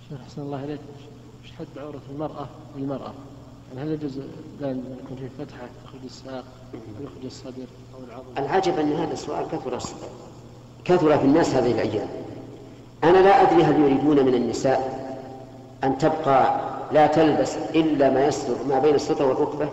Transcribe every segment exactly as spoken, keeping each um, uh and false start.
شيخ أحسن الله إليك، وش حد عورة المرأة للمرأة؟ يعني هل يجوز أن يكون فيه فتحة تخرج الساق أو يخرج الصدر أو العظم؟ العجب أن هذا السؤال كثر كثر في الناس هذه الأيام. أنا لا أدري هل يريدون من النساء أن تبقى لا تلبس إلا ما يستر ما بين السترة والركبة.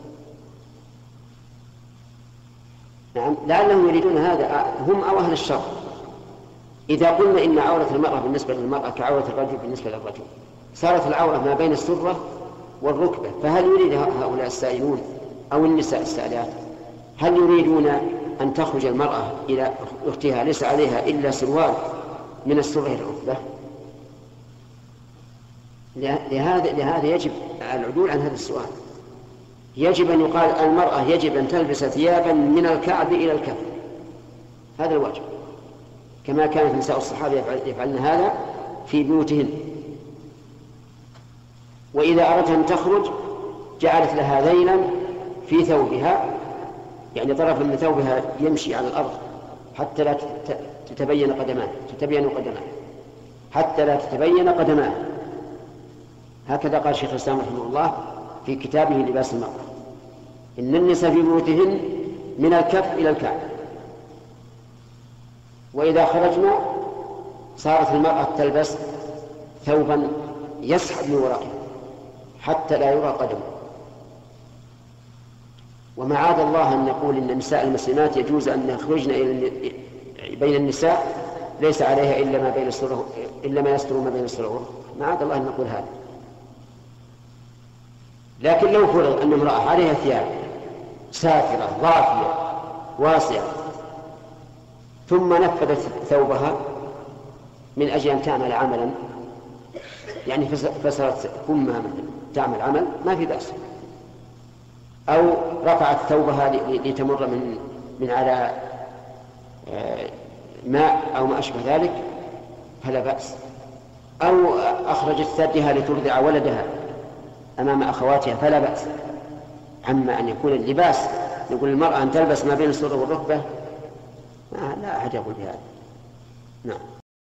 نعم، لعلهم يريدون هذا هم أو أهل الشر. إذا قلنا إن عورة المرأة بالنسبة للمرأة كعورة الرجل بالنسبة للرجل، صارت العورة ما بين السرة والركبة، فهل يريد هؤلاء السائلون أو النساء السائلات هل يريدون أن تخرج المرأة إلى أختها ليس عليها إلا سروال من السرة إلى الركبة؟ لهذا لهذا يجب العدول عن هذا السؤال. يجب أن يقال المرأة يجب أن تلبس ثيابا من الكعب إلى الكف، هذا الواجب، كما كانت نساء الصحابة يفعلن هذا في بيوتهن. وإذا أردت أن تخرج جعلت لها ذيلا في ثوبها، يعني طرفا من ثوبها يمشي على الأرض حتى لا تتبين قدماه تتبين قدماه حتى لا تتبين قدماه. هكذا قال شيخ الإسلام رحمه الله في كتابه لباس المرأة، إن النساء في بيوتهن من الكف إلى الكعب. وإذا خرجنا صارت المرأة تلبس ثوبا يسحب من وراءها حتى لا يرى قدمه. ومعاذ الله أن نقول إن النساء المسلمات يجوز أن يخرجن بين النساء ليس عليها إلا ما بين السرة إلا ما يستر ما بين السرة. معاذ الله أن نقول هذا. لكن لو فرض أن امرأة عليها ثياب ساترة ضافية واسعة ثم نفذت ثوبها من أجل أن تعمل عملا، يعني فسرت كمها تعمل عمل، ما في بأس، أو رفعت ثوبها لتمر من من على ماء أو ما أشبه ذلك فلا بأس، أو أخرجت ثديها لترضع ولدها أمام أخواتها فلا بأس. عما أن يكون اللباس نقول المرأة أن تلبس ما بين السرة والركبة لا أحد يقول بهذا. نعم.